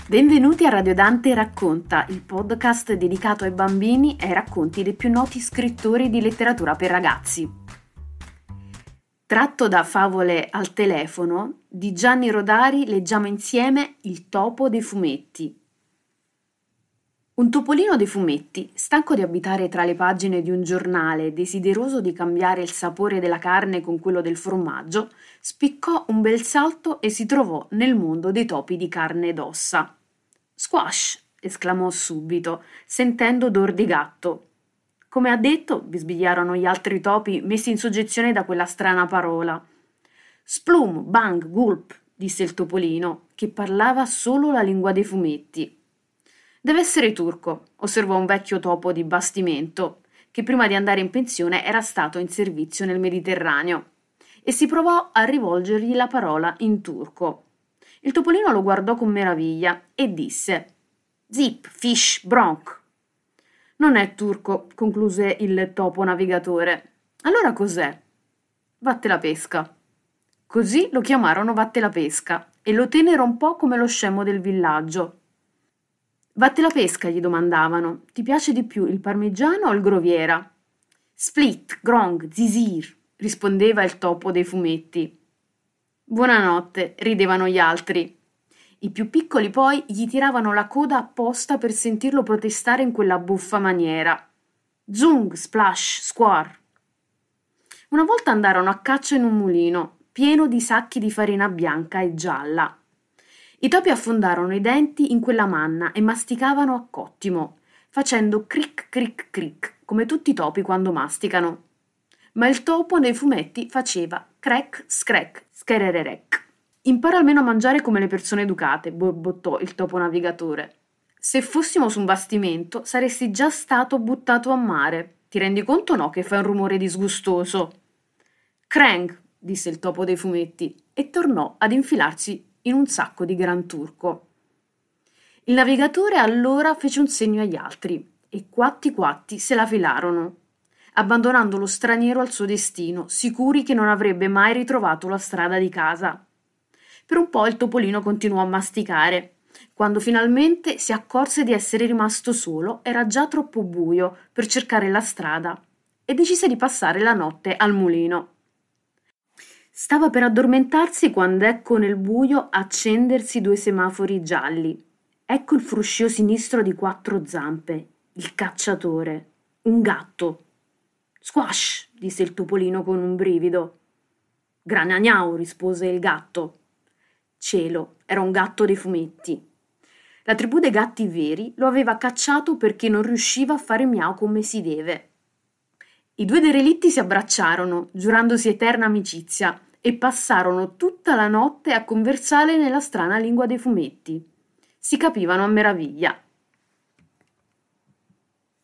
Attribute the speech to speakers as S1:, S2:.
S1: Benvenuti a Radio Dante Racconta, il podcast dedicato ai bambini e ai racconti dei più noti scrittori di letteratura per ragazzi. Tratto da Favole al telefono, di Gianni Rodari leggiamo insieme Il topo dei fumetti. Un topolino dei fumetti, stanco di abitare tra le pagine di un giornale, desideroso di cambiare il sapore della carne con quello del formaggio, spiccò un bel salto e si trovò nel mondo dei topi di carne ed ossa. «Squash!» esclamò subito, sentendo odor di gatto. «Come ha detto?» bisbigliarono gli altri topi messi in soggezione da quella strana parola. «Splum, bang, gulp!» disse il topolino, che parlava solo la lingua dei fumetti. «Deve essere turco», osservò un vecchio topo di bastimento, che prima di andare in pensione era stato in servizio nel Mediterraneo, e si provò a rivolgergli la parola in turco. Il topolino lo guardò con meraviglia e disse: «Zip, fish, bronk». «Non è turco», concluse il topo navigatore. «Allora cos'è?» «Vatte la pesca». Così lo chiamarono Vatte la pesca e lo tennero un po' come lo scemo del villaggio. «Vatte la pesca», gli domandavano, «ti piace di più il parmigiano o il groviera?» «Split, grong, zizir», rispondeva il topo dei fumetti. «Buonanotte», ridevano gli altri. I più piccoli poi gli tiravano la coda apposta per sentirlo protestare in quella buffa maniera. «Zung, splash, squar». Una volta andarono a caccia in un mulino, pieno di sacchi di farina bianca e gialla. I topi affondarono i denti in quella manna e masticavano a cottimo, facendo cric cric cric, come tutti i topi quando masticano. Ma il topo nei fumetti faceva crec screc scherererec. «Impara almeno a mangiare come le persone educate», borbottò il topo navigatore. «Se fossimo su un bastimento saresti già stato buttato a mare. Ti rendi conto o no che fai un rumore disgustoso?» «Krang», disse il topo dei fumetti e tornò ad infilarsi in un sacco di gran turco. Il navigatore allora fece un segno agli altri e quatti quatti se la filarono, abbandonando lo straniero al suo destino, sicuri che non avrebbe mai ritrovato la strada di casa. Per un po' il topolino continuò a masticare. Quando finalmente si accorse di essere rimasto solo, era già troppo buio per cercare la strada e decise di passare la notte al mulino. Stava per addormentarsi quando ecco nel buio accendersi 2 semafori gialli. Ecco il fruscio sinistro di 4 zampe, il cacciatore, un gatto. «Squash!» disse il topolino con un brivido. «Granagnau!» rispose il gatto. Cielo, era un gatto dei fumetti. La tribù dei gatti veri lo aveva cacciato perché non riusciva a fare miau come si deve. I 2 derelitti si abbracciarono, giurandosi eterna amicizia, e passarono tutta la notte a conversare nella strana lingua dei fumetti. Si capivano a meraviglia.